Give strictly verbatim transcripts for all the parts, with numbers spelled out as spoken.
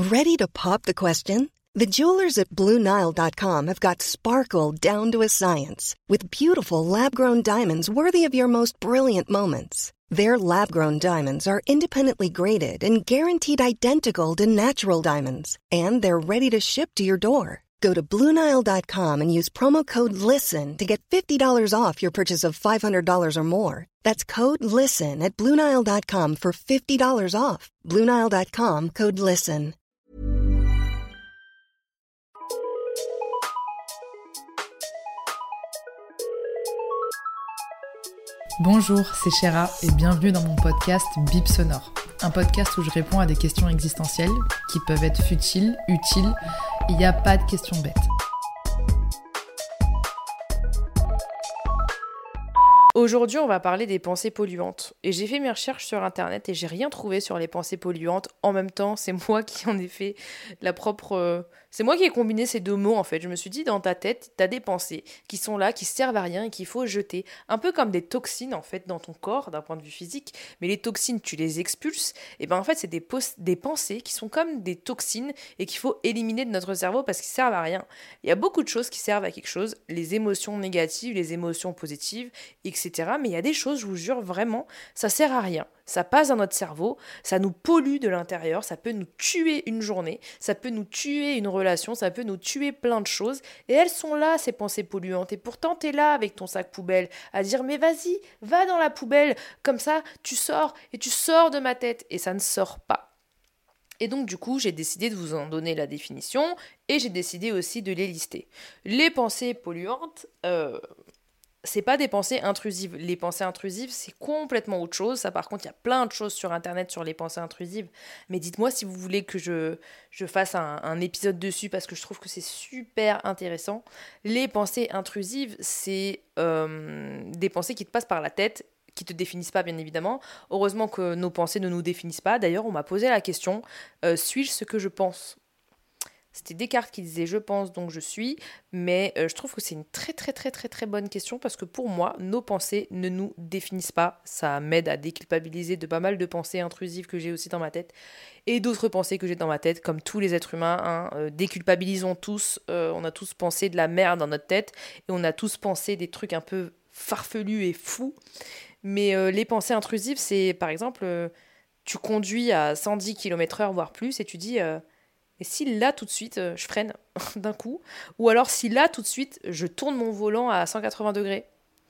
Ready to pop the question? The jewelers at Blue Nile dot com have got sparkle down to a science with beautiful lab-grown diamonds worthy of your most brilliant moments. Their lab-grown diamonds are independently graded and guaranteed identical to natural diamonds, and they're ready to ship to your door. Go to Blue Nile dot com and use promo code LISTEN to get fifty dollars off your purchase of five hundred dollars or more. That's code LISTEN at Blue Nile dot com for fifty dollars off. Blue Nile dot com, code LISTEN. Bonjour, c'est Chéra et bienvenue dans mon podcast Bip Sonore. Un podcast où je réponds à des questions existentielles qui peuvent être futiles, utiles. Il n'y a pas de questions bêtes. Aujourd'hui, on va parler des pensées polluantes. Et j'ai fait mes recherches sur internet et j'ai rien trouvé sur les pensées polluantes. En même temps, c'est moi qui en ai fait la propre... euh, C'est moi qui ai combiné ces deux mots en fait. Je me suis dit, dans ta tête, t'as des pensées qui sont là, qui servent à rien et qu'il faut jeter. Un peu comme des toxines en fait dans ton corps, d'un point de vue physique. Mais les toxines, tu les expulses. Et ben en fait, c'est des, pos- des pensées qui sont comme des toxines et qu'il faut éliminer de notre cerveau parce qu'ils servent à rien. Il y a beaucoup de choses qui servent à quelque chose. Les émotions négatives, les émotions positives, et cetera. Mais il y a des choses, je vous jure, vraiment, ça sert à rien. Ça passe dans notre cerveau, ça nous pollue de l'intérieur, ça peut nous tuer une journée, ça peut nous tuer une relation, ça peut nous tuer plein de choses. Et elles sont là, ces pensées polluantes. Et pourtant, t'es là avec ton sac poubelle à dire « Mais vas-y, va dans la poubelle. Comme ça, tu sors et tu sors de ma tête. » Et ça ne sort pas. Et donc, du coup, j'ai décidé de vous en donner la définition et j'ai décidé aussi de les lister. Les pensées polluantes... Euh... C'est pas des pensées intrusives. Les pensées intrusives, c'est complètement autre chose. Ça, par contre, il y a plein de choses sur Internet sur les pensées intrusives. Mais dites-moi si vous voulez que je, je fasse un, un épisode dessus parce que je trouve que c'est super intéressant. Les pensées intrusives, c'est euh, des pensées qui te passent par la tête, qui te définissent pas, bien évidemment. Heureusement que nos pensées ne nous définissent pas. D'ailleurs, on m'a posé la question, euh, suis-je ce que je pense ? C'était Descartes qui disait « je pense, donc je suis », mais euh, je trouve que c'est une très très très très très bonne question parce que pour moi, nos pensées ne nous définissent pas. Ça m'aide à déculpabiliser de pas mal de pensées intrusives que j'ai aussi dans ma tête et d'autres pensées que j'ai dans ma tête, comme tous les êtres humains. Hein, euh, déculpabilisons tous, euh, on a tous pensé de la merde dans notre tête et on a tous pensé des trucs un peu farfelus et fous. Mais euh, les pensées intrusives, c'est par exemple, euh, tu conduis à cent dix kilomètres heure, voire plus, et tu dis... Euh, Et si là, tout de suite, euh, je freine d'un coup, ou alors si là, tout de suite, je tourne mon volant à cent quatre-vingts degrés,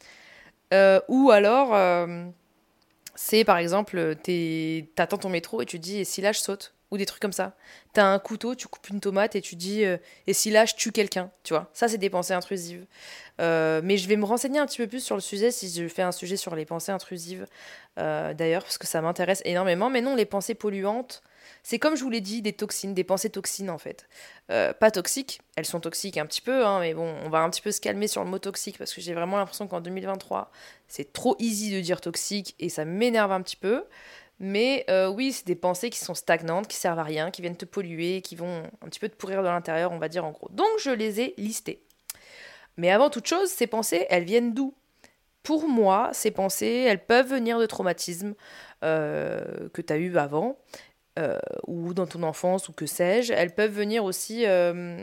euh, ou alors, euh, c'est par exemple, t'es, t'attends ton métro et tu te dis, et si là, je saute, ou des trucs comme ça. T'as un couteau, tu coupes une tomate et tu dis, euh, et si là, je tue quelqu'un, tu vois. Ça, c'est des pensées intrusives. Euh, mais je vais me renseigner un petit peu plus sur le sujet, si je fais un sujet sur les pensées intrusives, euh, d'ailleurs, parce que ça m'intéresse énormément. Mais non, les pensées polluantes, c'est comme je vous l'ai dit, des toxines, des pensées toxines en fait. Euh, pas toxiques, elles sont toxiques un petit peu, hein, mais bon, on va un petit peu se calmer sur le mot toxique parce que j'ai vraiment l'impression qu'en deux mille vingt-trois, c'est trop easy de dire toxique et ça m'énerve un petit peu. Mais euh, oui, c'est des pensées qui sont stagnantes, qui servent à rien, qui viennent te polluer, qui vont un petit peu te pourrir de l'intérieur, on va dire en gros. Donc je les ai listées. Mais avant toute chose, ces pensées, elles viennent d'où ? Pour moi, ces pensées, elles peuvent venir de traumatismes euh, que tu as eu avant. Euh, ou dans ton enfance, ou que sais-je, elles peuvent venir aussi euh,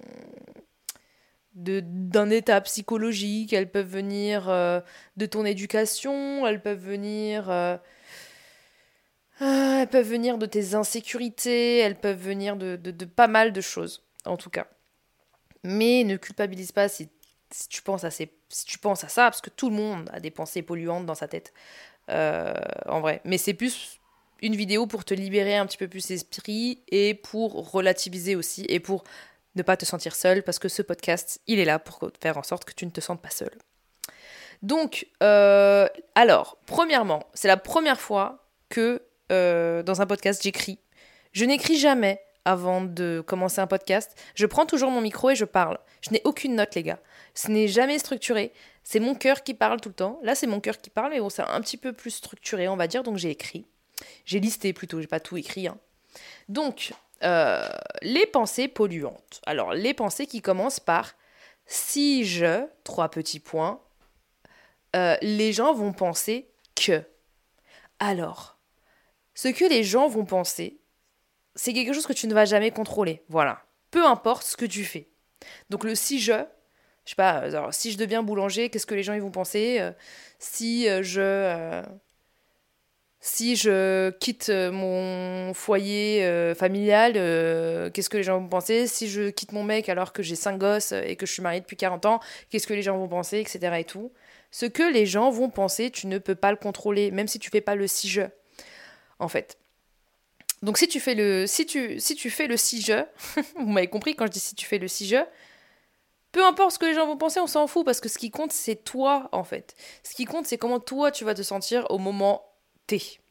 de, d'un état psychologique, elles peuvent venir euh, de ton éducation, elles peuvent venir, euh, euh, elles peuvent venir de tes insécurités, elles peuvent venir de, de, de pas mal de choses, en tout cas. Mais ne culpabilise pas si, si, tu penses à ces, si tu penses à ça, parce que tout le monde a des pensées polluantes dans sa tête, euh, en vrai. Mais c'est plus... une vidéo pour te libérer un petit peu plus l'esprit et pour relativiser aussi et pour ne pas te sentir seul parce que ce podcast, il est là pour faire en sorte que tu ne te sentes pas seul. Donc, euh, alors, premièrement, c'est la première fois que euh, dans un podcast, j'écris. Je n'écris jamais avant de commencer un podcast. Je prends toujours mon micro et je parle. Je n'ai aucune note, les gars. Ce n'est jamais structuré. C'est mon cœur qui parle tout le temps. Là, c'est mon cœur qui parle, mais bon, c'est un petit peu plus structuré, on va dire, donc j'ai écrit. J'ai listé plutôt, j'ai pas tout écrit. Hein. Donc, euh, les pensées polluantes. Alors, les pensées qui commencent par « si je », trois petits points, euh, les gens vont penser que. Alors, ce que les gens vont penser, c'est quelque chose que tu ne vas jamais contrôler. Voilà. Peu importe ce que tu fais. Donc le si je, je sais pas, alors, si je deviens boulanger, qu'est-ce que les gens ils vont penser euh, Si euh, je... euh, Si je quitte euh, mon foyer euh, familial, euh, qu'est-ce que les gens vont penser? Si je quitte mon mec alors que j'ai cinq gosses et que je suis mariée depuis quarante ans, qu'est-ce que les gens vont penser, et cetera et tout. Ce que les gens vont penser, tu ne peux pas le contrôler, même si tu fais pas le si je, en fait. Donc si tu fais le si tu si tu fais le si je, vous m'avez compris quand je dis si tu fais le si je, peu importe ce que les gens vont penser, on s'en fout parce que ce qui compte c'est toi en fait. Ce qui compte c'est comment toi tu vas te sentir au moment T.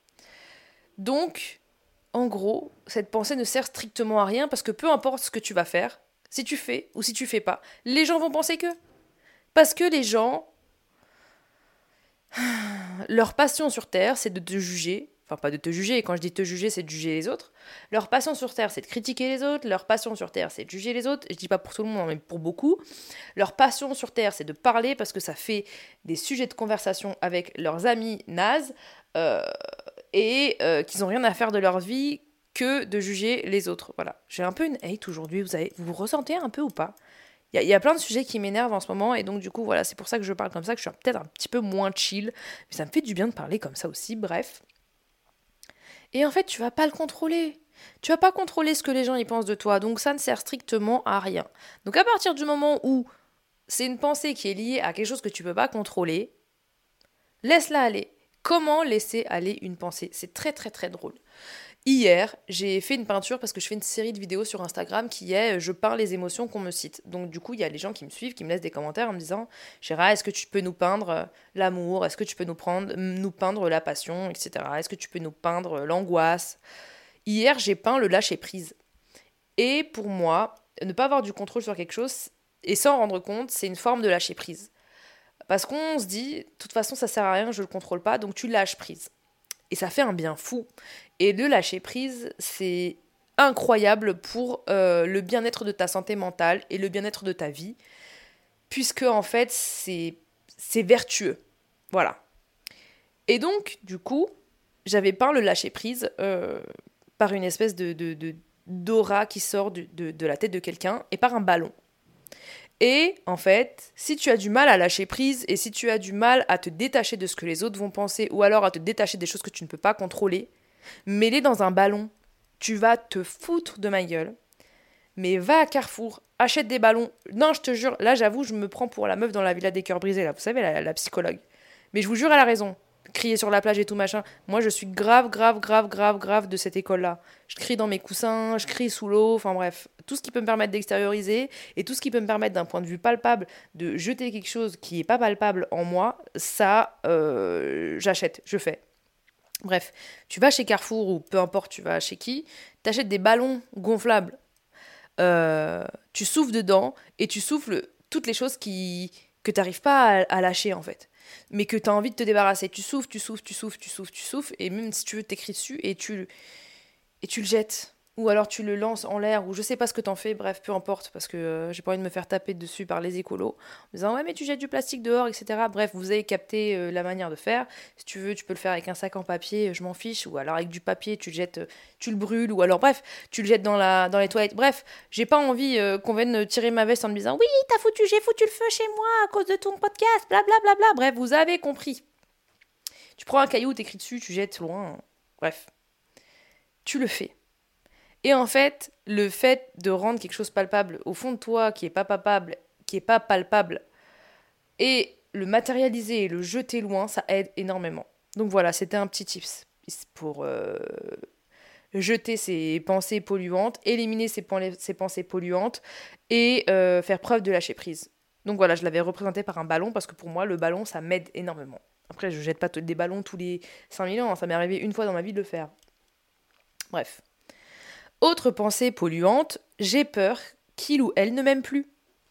Donc en gros, cette pensée ne sert strictement à rien parce que peu importe ce que tu vas faire, si tu fais ou si tu fais pas, les gens vont penser que parce que les gens leur passion sur terre, c'est de te juger. Enfin, pas de te juger, quand je dis te juger, c'est de juger les autres. Leur passion sur Terre, c'est de critiquer les autres. Leur passion sur Terre, c'est de juger les autres. Je dis pas pour tout le monde, mais pour beaucoup. Leur passion sur Terre, c'est de parler parce que ça fait des sujets de conversation avec leurs amis nazes euh, et euh, qu'ils n'ont rien à faire de leur vie que de juger les autres. Voilà. J'ai un peu une hate aujourd'hui, vous, avez, vous vous ressentez un peu ou pas ? Il y, y a plein de sujets qui m'énervent en ce moment et donc du coup, voilà, c'est pour ça que je parle comme ça, que je suis peut-être un petit peu moins chill. Mais ça me fait du bien de parler comme ça aussi, bref. Et en fait, tu vas pas le contrôler. Tu vas pas contrôler ce que les gens y pensent de toi, donc ça ne sert strictement à rien. Donc à partir du moment où c'est une pensée qui est liée à quelque chose que tu peux pas contrôler, laisse-la aller. Comment laisser aller une pensée ? C'est très très très drôle. Hier, j'ai fait une peinture parce que je fais une série de vidéos sur Instagram qui est « Je peins les émotions qu'on me cite ». Donc du coup, il y a les gens qui me suivent, qui me laissent des commentaires en me disant « Chéra, est-ce que tu peux nous peindre l'amour ? Est-ce que tu peux nous, prendre, nous peindre la passion, et cetera. Est-ce que tu peux nous peindre l'angoisse ?» Hier, j'ai peint le lâcher-prise. Et pour moi, ne pas avoir du contrôle sur quelque chose et s'en rendre compte, c'est une forme de lâcher-prise. Parce qu'on se dit « De toute façon, ça sert à rien, je le contrôle pas, donc tu lâches prise. » Et ça fait un bien fou. Et le lâcher-prise, c'est incroyable pour euh, le bien-être de ta santé mentale et le bien-être de ta vie, puisque en fait, c'est, c'est vertueux. Voilà. Et donc, du coup, j'avais peint le lâcher-prise euh, par une espèce de, de, de, d'aura qui sort de, de, de la tête de quelqu'un et par un ballon. Et en fait, si tu as du mal à lâcher prise et si tu as du mal à te détacher de ce que les autres vont penser ou alors à te détacher des choses que tu ne peux pas contrôler, mets-les dans un ballon. Tu vas te foutre de ma gueule. Mais va à Carrefour, achète des ballons. Non, je te jure, là j'avoue, je me prends pour la meuf dans la villa des cœurs brisés, là, vous savez, la, la psychologue. Mais je vous jure, elle a raison. Crier sur la plage et tout machin. Moi, je suis grave, grave, grave, grave, grave de cette école-là. Je crie dans mes coussins, je crie sous l'eau, enfin bref. Tout ce qui peut me permettre d'extérioriser et tout ce qui peut me permettre d'un point de vue palpable de jeter quelque chose qui n'est pas palpable en moi, ça, euh, j'achète, je fais. Bref, tu vas chez Carrefour ou peu importe, tu vas chez qui, t'achètes des ballons gonflables. Euh, tu souffles dedans et tu souffles toutes les choses qui, que t'arrives pas à, à lâcher en fait. Mais que tu as envie de te débarrasser. Tu souffles, tu souffles, tu souffles, tu souffles, tu souffles, et même si tu veux, t'écris dessus et tu, et tu le jettes. Ou alors tu le lances en l'air, ou je sais pas ce que t'en fais, bref, peu importe, parce que euh, j'ai pas envie de me faire taper dessus par les écolos, en disant ouais mais tu jettes du plastique dehors, et cetera. Bref, vous avez capté euh, la manière de faire. Si tu veux, tu peux le faire avec un sac en papier, je m'en fiche, ou alors avec du papier, tu le jettes, euh, tu le brûles, ou alors bref, tu le jettes dans, la, dans les toilettes. Bref, j'ai pas envie euh, qu'on vienne tirer ma veste en me disant oui, t'as foutu, j'ai foutu le feu chez moi à cause de ton podcast, blablabla. Bla, bla. Bref, vous avez compris. Tu prends un caillou, t'écris dessus, tu jettes loin. Bref, tu le fais. Et en fait, le fait de rendre quelque chose palpable au fond de toi, qui est pas palpable, qui est pas palpable, et le matérialiser et le jeter loin, ça aide énormément. Donc voilà, c'était un petit tips pour euh, jeter ces pensées polluantes, éliminer ces, ces pensées polluantes et euh, faire preuve de lâcher prise. Donc voilà, je l'avais représenté par un ballon parce que pour moi, le ballon, ça m'aide énormément. Après, je jette pas des ballons tous les cinq mille ans, ça m'est arrivé une fois dans ma vie de le faire. Bref. Autre pensée polluante, j'ai peur qu'il ou elle ne m'aime plus.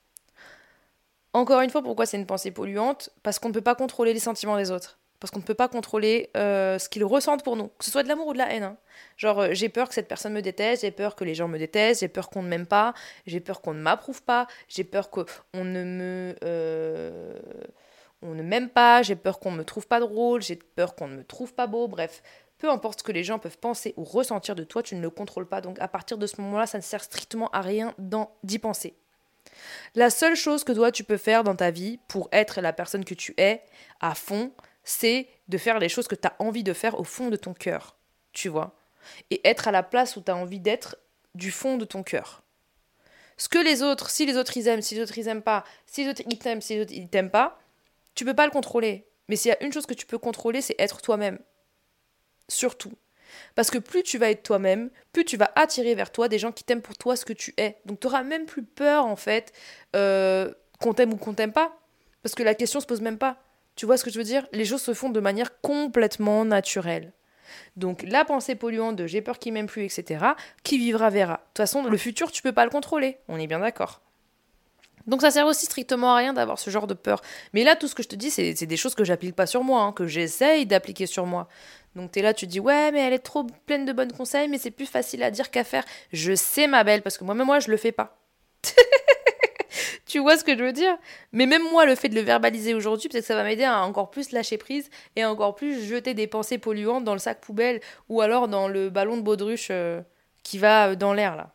Encore une fois, pourquoi c'est une pensée polluante ? Parce qu'on ne peut pas contrôler les sentiments des autres. Parce qu'on ne peut pas contrôler euh, ce qu'ils ressentent pour nous. Que ce soit de l'amour ou de la haine. Hein. Genre, euh, j'ai peur que cette personne me déteste, j'ai peur que les gens me détestent, j'ai peur qu'on ne m'aime pas, j'ai peur qu'on ne m'approuve pas, j'ai peur qu'on ne me... Euh, on ne m'aime pas, j'ai peur qu'on ne me trouve pas drôle, j'ai peur qu'on ne me trouve pas beau, bref... Peu importe ce que les gens peuvent penser ou ressentir de toi, tu ne le contrôles pas. Donc à partir de ce moment-là, ça ne sert strictement à rien d'y penser. La seule chose que toi tu peux faire dans ta vie pour être la personne que tu es à fond, c'est de faire les choses que tu as envie de faire au fond de ton cœur, tu vois. Et être à la place où tu as envie d'être du fond de ton cœur. Ce que les autres, si les autres ils aiment, si les autres ils aiment pas, si les autres ils t'aiment, si les autres ils t'aiment pas, tu peux pas le contrôler. Mais s'il y a une chose que tu peux contrôler, c'est être toi-même. Surtout. Parce que plus tu vas être toi-même, plus tu vas attirer vers toi des gens qui t'aiment pour toi ce que tu es. Donc tu n'auras même plus peur, en fait, euh, qu'on t'aime ou qu'on t'aime pas. Parce que la question se pose même pas. Tu vois ce que je veux dire ? Les choses se font de manière complètement naturelle. Donc la pensée polluante de « j'ai peur qu'il m'aime plus », et cetera, qui vivra verra. De toute façon, le futur, tu peux pas le contrôler. On est bien d'accord. Donc ça sert aussi strictement à rien d'avoir ce genre de peur. Mais là, tout ce que je te dis, c'est, c'est des choses que j'applique pas sur moi, hein, que j'essaye d'appliquer sur moi. Donc t'es là, tu te dis « ouais, mais elle est trop pleine de bons conseils, mais c'est plus facile à dire qu'à faire. » Je sais, ma belle, parce que moi-même, moi, je le fais pas. Tu vois ce que je veux dire ? Mais même moi, le fait de le verbaliser aujourd'hui, peut-être que ça va m'aider à encore plus lâcher prise et à encore plus jeter des pensées polluantes dans le sac poubelle ou alors dans le ballon de baudruche euh, qui va dans l'air, là.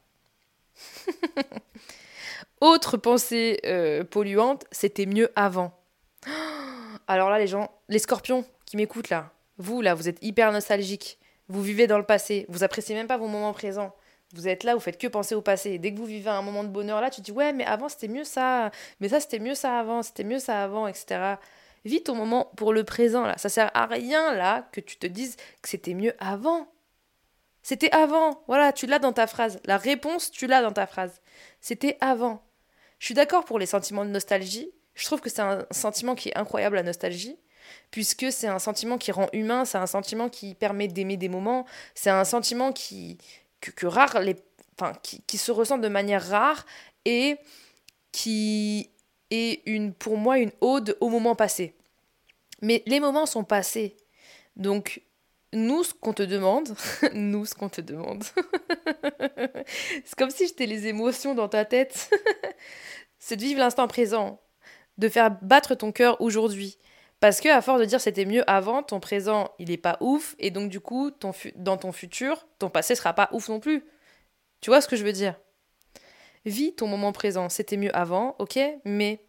Autre pensée euh, polluante, c'était mieux avant. Alors là, les gens, les scorpions qui m'écoutent là, vous là, vous êtes hyper nostalgiques. Vous vivez dans le passé, vous appréciez même pas vos moments présents. Vous êtes là, vous faites que penser au passé. Dès que vous vivez un moment de bonheur là, tu te dis « ouais, mais avant c'était mieux ça, mais ça c'était mieux ça avant, c'était mieux ça avant, et cetera » Vis ton moment pour le présent là. Ça sert à rien là que tu te dises que c'était mieux avant. C'était avant. Voilà, tu l'as dans ta phrase. La réponse, tu l'as dans ta phrase. C'était avant. Je suis d'accord pour les sentiments de nostalgie. Je trouve que c'est un sentiment qui est incroyable, la nostalgie, puisque c'est un sentiment qui rend humain, c'est un sentiment qui permet d'aimer des moments, c'est un sentiment qui... Que, que rare les, enfin, qui, qui se ressent de manière rare et qui est une, pour moi une ode au moment passé. Mais les moments sont passés. Donc, nous, ce qu'on te demande, nous, ce qu'on te demande, c'est comme si j'étais les émotions dans ta tête, c'est de vivre l'instant présent, de faire battre ton cœur aujourd'hui. Parce que à force de dire c'était mieux avant, ton présent, il est pas ouf, et donc du coup, ton fu- dans ton futur, ton passé sera pas ouf non plus. Tu vois ce que je veux dire ? Vis ton moment présent, c'était mieux avant, ok, mais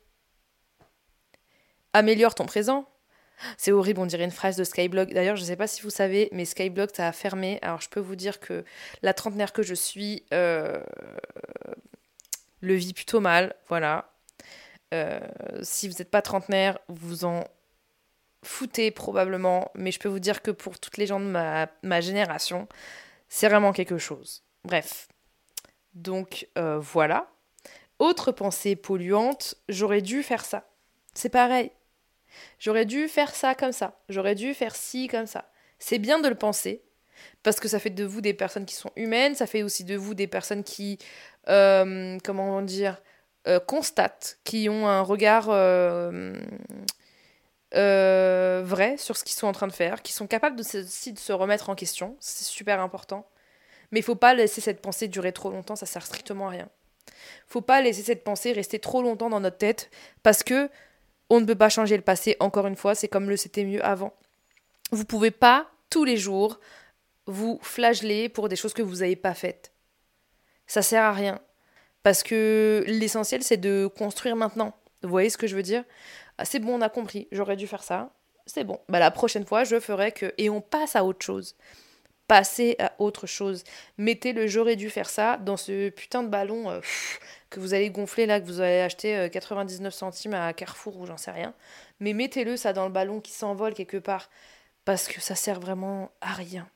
améliore ton présent. C'est horrible, on dirait une phrase de Skyblog. D'ailleurs, je sais pas si vous savez, mais Skyblog, ça a fermé. Alors, je peux vous dire que la trentenaire que je suis euh, le vit plutôt mal, voilà. Euh, si vous n'êtes pas trentenaire, vous en foutez probablement, mais je peux vous dire que pour toutes les gens de ma, ma génération, c'est vraiment quelque chose. Bref. Donc, euh, voilà. Autre pensée polluante, j'aurais dû faire ça. C'est pareil. J'aurais dû faire ça comme ça. J'aurais dû faire ci comme ça. C'est bien de le penser, parce que ça fait de vous des personnes qui sont humaines, ça fait aussi de vous des personnes qui, euh, comment dire, euh, constatent, qui ont un regard... Euh, Euh, vrai sur ce qu'ils sont en train de faire, qui sont capables de se, aussi de se remettre en question, c'est super important. Mais il faut pas laisser cette pensée durer trop longtemps, ça sert strictement à rien. Faut pas laisser cette pensée rester trop longtemps dans notre tête, parce que on ne peut pas changer le passé, encore une fois, c'est comme le c'était mieux avant. Vous pouvez pas, tous les jours, vous flageller pour des choses que vous n'avez pas faites. Ça sert à rien. Parce que l'essentiel, c'est de construire maintenant. Vous voyez ce que je veux dire ? Ah, c'est bon, on a compris, j'aurais dû faire ça, c'est bon. Bah, la prochaine fois, je ferai que... Et on passe à autre chose. Passez à autre chose. Mettez le « j'aurais dû faire ça » dans ce putain de ballon euh, pff, que vous allez gonfler là, que vous allez acheter euh, quatre-vingt-dix-neuf centimes à Carrefour ou j'en sais rien. Mais mettez-le ça dans le ballon qui s'envole quelque part. Parce que ça sert vraiment à rien.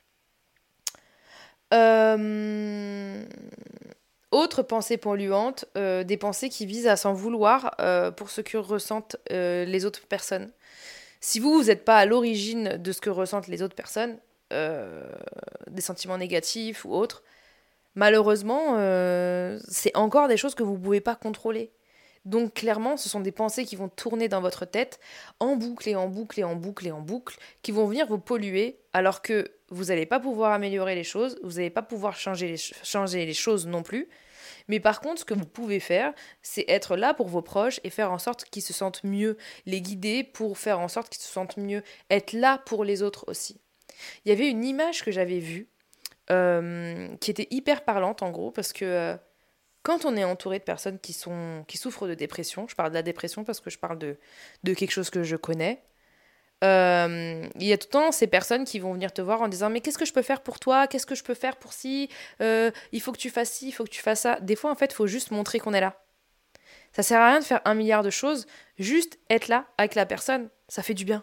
Euh... Autre pensée polluante, euh, des pensées qui visent à s'en vouloir euh, pour ce que ressentent euh, les autres personnes. Si vous, vous n'êtes pas à l'origine de ce que ressentent les autres personnes, euh, des sentiments négatifs ou autres, malheureusement, euh, c'est encore des choses que vous ne pouvez pas contrôler. Donc clairement, ce sont des pensées qui vont tourner dans votre tête, en boucle et en boucle et en boucle et en boucle, qui vont venir vous polluer, alors que vous n'allez pas pouvoir améliorer les choses, vous n'allez pas pouvoir changer les, changer les choses non plus. Mais par contre, ce que vous pouvez faire, c'est être là pour vos proches et faire en sorte qu'ils se sentent mieux, les guider pour faire en sorte qu'ils se sentent mieux, être là pour les autres aussi. Il y avait une image que j'avais vue euh, qui était hyper parlante en gros, parce que euh, quand on est entouré de personnes qui, sont, qui souffrent de dépression, je parle de la dépression parce que je parle de, de quelque chose que je connais, euh, il y a tout le temps ces personnes qui vont venir te voir en disant mais qu'est-ce que je peux faire pour toi, qu'est-ce que je peux faire pour ci, euh, il faut que tu fasses ci, il faut que tu fasses ça. Des fois en fait il faut juste montrer qu'on est là. Ça sert à rien de faire un milliard de choses, juste être là avec la personne, ça fait du bien.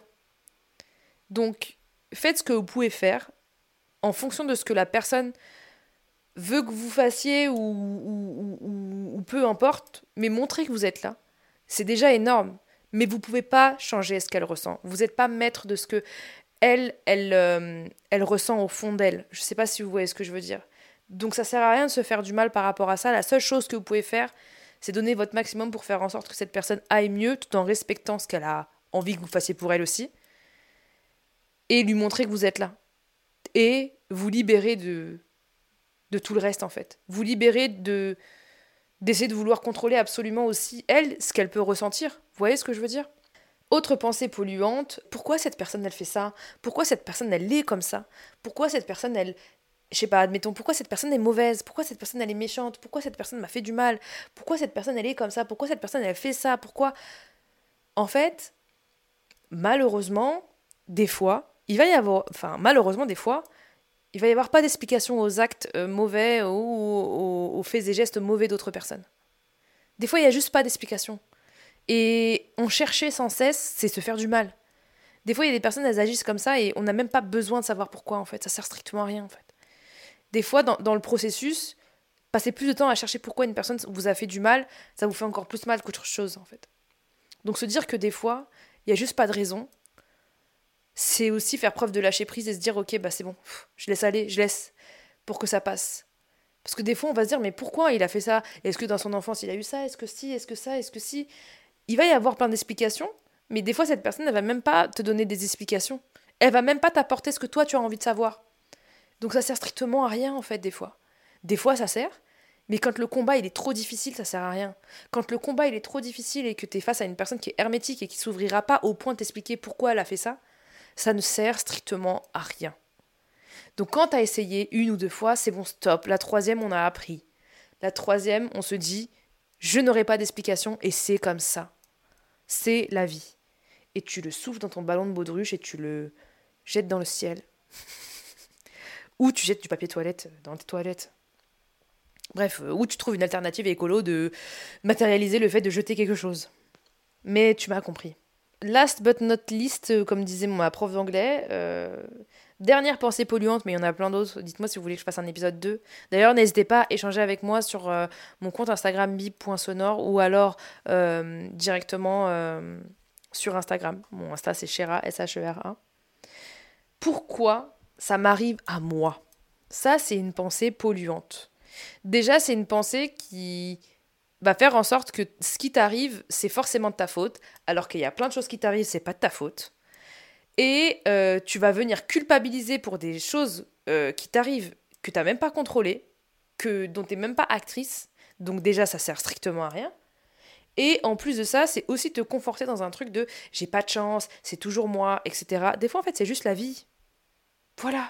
Donc faites ce que vous pouvez faire en fonction de ce que la personne veut que vous fassiez ou, ou, ou, ou peu importe, mais montrez que vous êtes là. C'est déjà énorme. Mais vous ne pouvez pas changer ce qu'elle ressent. Vous n'êtes pas maître de ce que elle, elle, euh, elle ressent au fond d'elle. Je ne sais pas si vous voyez ce que je veux dire. Donc ça ne sert à rien de se faire du mal par rapport à ça. La seule chose que vous pouvez faire, c'est donner votre maximum pour faire en sorte que cette personne aille mieux, tout en respectant ce qu'elle a envie que vous fassiez pour elle aussi. Et lui montrer que vous êtes là. Et vous libérer de, de tout le reste, en fait. Vous libérer de... d'essayer de vouloir contrôler absolument aussi, elle, ce qu'elle peut ressentir. Vous voyez ce que je veux dire ? Autre pensée polluante, pourquoi cette personne, elle fait ça ? Pourquoi cette personne, elle est comme ça ? Pourquoi cette personne, elle... Je sais pas, admettons, pourquoi cette personne est mauvaise ? Pourquoi cette personne, elle est méchante ? Pourquoi cette personne m'a fait du mal ? Pourquoi cette personne, elle est comme ça ? Pourquoi cette personne, elle fait ça ? Pourquoi ? En fait, malheureusement, des fois, il va y avoir... Enfin, malheureusement, des fois, il va y avoir pas d'explication aux actes euh, mauvais ou aux, aux faits et gestes mauvais d'autres personnes. Des fois, il y a juste pas d'explication. Et on cherchait sans cesse, c'est se faire du mal. Des fois, il y a des personnes, elles agissent comme ça et on n'a même pas besoin de savoir pourquoi, en fait. Ça sert strictement à rien, en fait. Des fois, dans, dans le processus, passer plus de temps à chercher pourquoi une personne vous a fait du mal, ça vous fait encore plus mal qu'autre chose, en fait. Donc, se dire que des fois, il n'y a juste pas de raison, c'est aussi faire preuve de lâcher prise et se dire, ok, bah c'est bon, je laisse aller, je laisse pour que ça passe. Parce que des fois, on va se dire, mais pourquoi il a fait ça ? Est-ce que dans son enfance, il a eu ça ? Est-ce que si ? Est-ce que ça ? Est-ce que si ? Il va y avoir plein d'explications, mais des fois, cette personne, elle va même pas te donner des explications. Elle va même pas t'apporter ce que toi, tu as envie de savoir. Donc ça sert strictement à rien, en fait, des fois. Des fois, ça sert, mais quand le combat, il est trop difficile, ça sert à rien. Quand le combat, il est trop difficile et que tu es face à une personne qui est hermétique et qui s'ouvrira pas au point de t'expliquer pourquoi elle a fait ça, ça ne sert strictement à rien. Donc quand tu as essayé une ou deux fois, c'est bon, stop. La troisième, on a appris. La troisième, on se dit, je n'aurai pas d'explication et c'est comme ça. C'est la vie. Et tu le souffles dans ton ballon de baudruche et tu le jettes dans le ciel. Ou tu jettes du papier toilette dans tes toilettes. Bref, ou tu trouves une alternative écolo de matérialiser le fait de jeter quelque chose. Mais tu m'as compris. Last but not least, comme disait ma prof d'anglais, euh, dernière pensée polluante, mais il y en a plein d'autres. Dites-moi si vous voulez que je fasse un épisode deux. D'ailleurs, n'hésitez pas à échanger avec moi sur euh, mon compte Instagram bip point sonore ou alors euh, directement euh, sur Instagram. Mon Insta, c'est Shera, S H E R A. Pourquoi ça m'arrive à moi ? Ça, c'est une pensée polluante. Déjà, c'est une pensée qui va faire en sorte que ce qui t'arrive, c'est forcément de ta faute, alors qu'il y a plein de choses qui t'arrivent, c'est pas de ta faute. Et euh, tu vas venir culpabiliser pour des choses euh, qui t'arrivent que t'as même pas contrôlées, que, dont t'es même pas actrice. Donc déjà, ça sert strictement à rien. Et en plus de ça, c'est aussi te conforter dans un truc de « j'ai pas de chance, c'est toujours moi, et cetera » Des fois, en fait, c'est juste la vie. Voilà.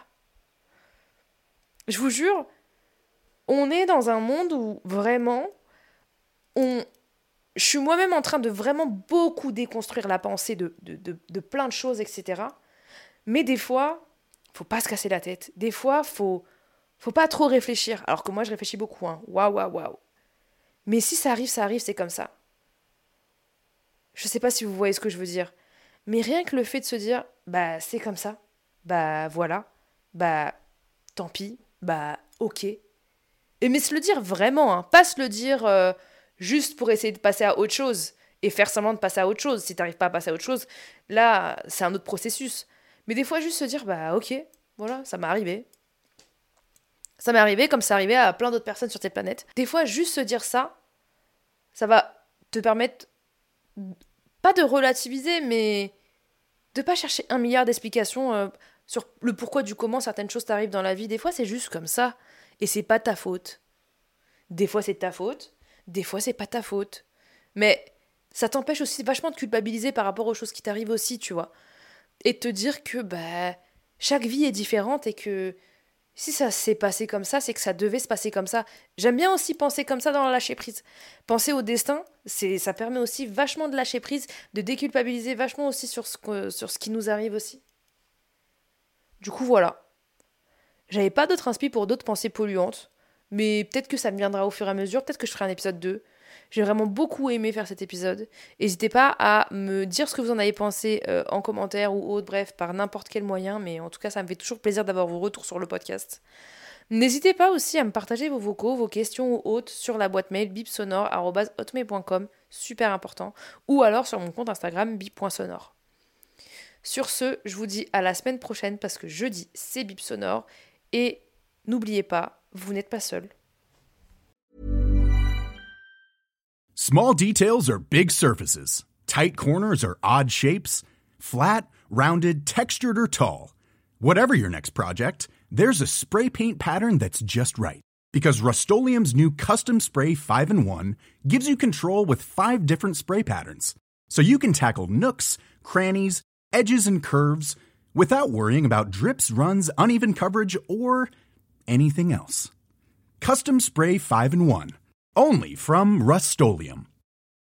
Je vous jure, on est dans un monde où vraiment, on... je suis moi-même en train de vraiment beaucoup déconstruire la pensée de, de, de, de plein de choses, et cetera. Mais des fois, faut pas se casser la tête. Des fois, faut, faut pas trop réfléchir. Alors que moi, je réfléchis beaucoup. Hein. Waouh, waouh, waouh. Mais si ça arrive, ça arrive, c'est comme ça. Je sais pas si vous voyez ce que je veux dire. Mais rien que le fait de se dire, bah, c'est comme ça. Bah, voilà. Bah, tant pis. Bah, ok. Et mais se le dire vraiment, hein. Pas se le dire euh, juste pour essayer de passer à autre chose et faire semblant de passer à autre chose. Si t'arrives pas à passer à autre chose, là, c'est un autre processus. Mais des fois, juste se dire, bah, ok, voilà, ça m'est arrivé. Ça m'est arrivé comme ça arrivait à plein d'autres personnes sur cette planète. Des fois, juste se dire ça, ça va te permettre, pas de relativiser, mais de pas chercher un milliard d'explications euh, sur le pourquoi du comment certaines choses t'arrivent dans la vie. Des fois, c'est juste comme ça. Et c'est pas ta faute. Des fois, c'est ta faute. Des fois, c'est pas ta faute. Mais ça t'empêche aussi vachement de culpabiliser par rapport aux choses qui t'arrivent aussi, tu vois. Et de te dire que, bah, chaque vie est différente et que si ça s'est passé comme ça, c'est que ça devait se passer comme ça. J'aime bien aussi penser comme ça dans le lâcher prise. Penser au destin, c'est, ça permet aussi vachement de lâcher prise, de déculpabiliser vachement aussi sur ce, que, sur ce qui nous arrive aussi. Du coup, voilà. J'avais pas d'autres inspi pour d'autres pensées polluantes, mais peut-être que ça me viendra au fur et à mesure, peut-être que je ferai un épisode deux. J'ai vraiment beaucoup aimé faire cet épisode. N'hésitez pas à me dire ce que vous en avez pensé euh, en commentaire ou autre, bref, par n'importe quel moyen, mais en tout cas, ça me fait toujours plaisir d'avoir vos retours sur le podcast. N'hésitez pas aussi à me partager vos vocaux, vos questions ou autres sur la boîte mail bipsonore arobase hotmail point com, super important, ou alors sur mon compte Instagram bip point sonore. Sur ce, je vous dis à la semaine prochaine parce que jeudi, c'est Bip Sonore. Et n'oubliez pas, vous n'êtes pas seul. Small details are big surfaces. Tight corners are odd shapes. Flat, rounded, textured, or tall. Whatever your next project, there's a spray paint pattern that's just right. Because Rust-Oleum's new Custom Spray five in one gives you control with five different spray patterns. So you can tackle nooks, crannies, edges, and curves without worrying about drips, runs, uneven coverage, or anything else. Custom Spray five in one. Only from Rust-Oleum.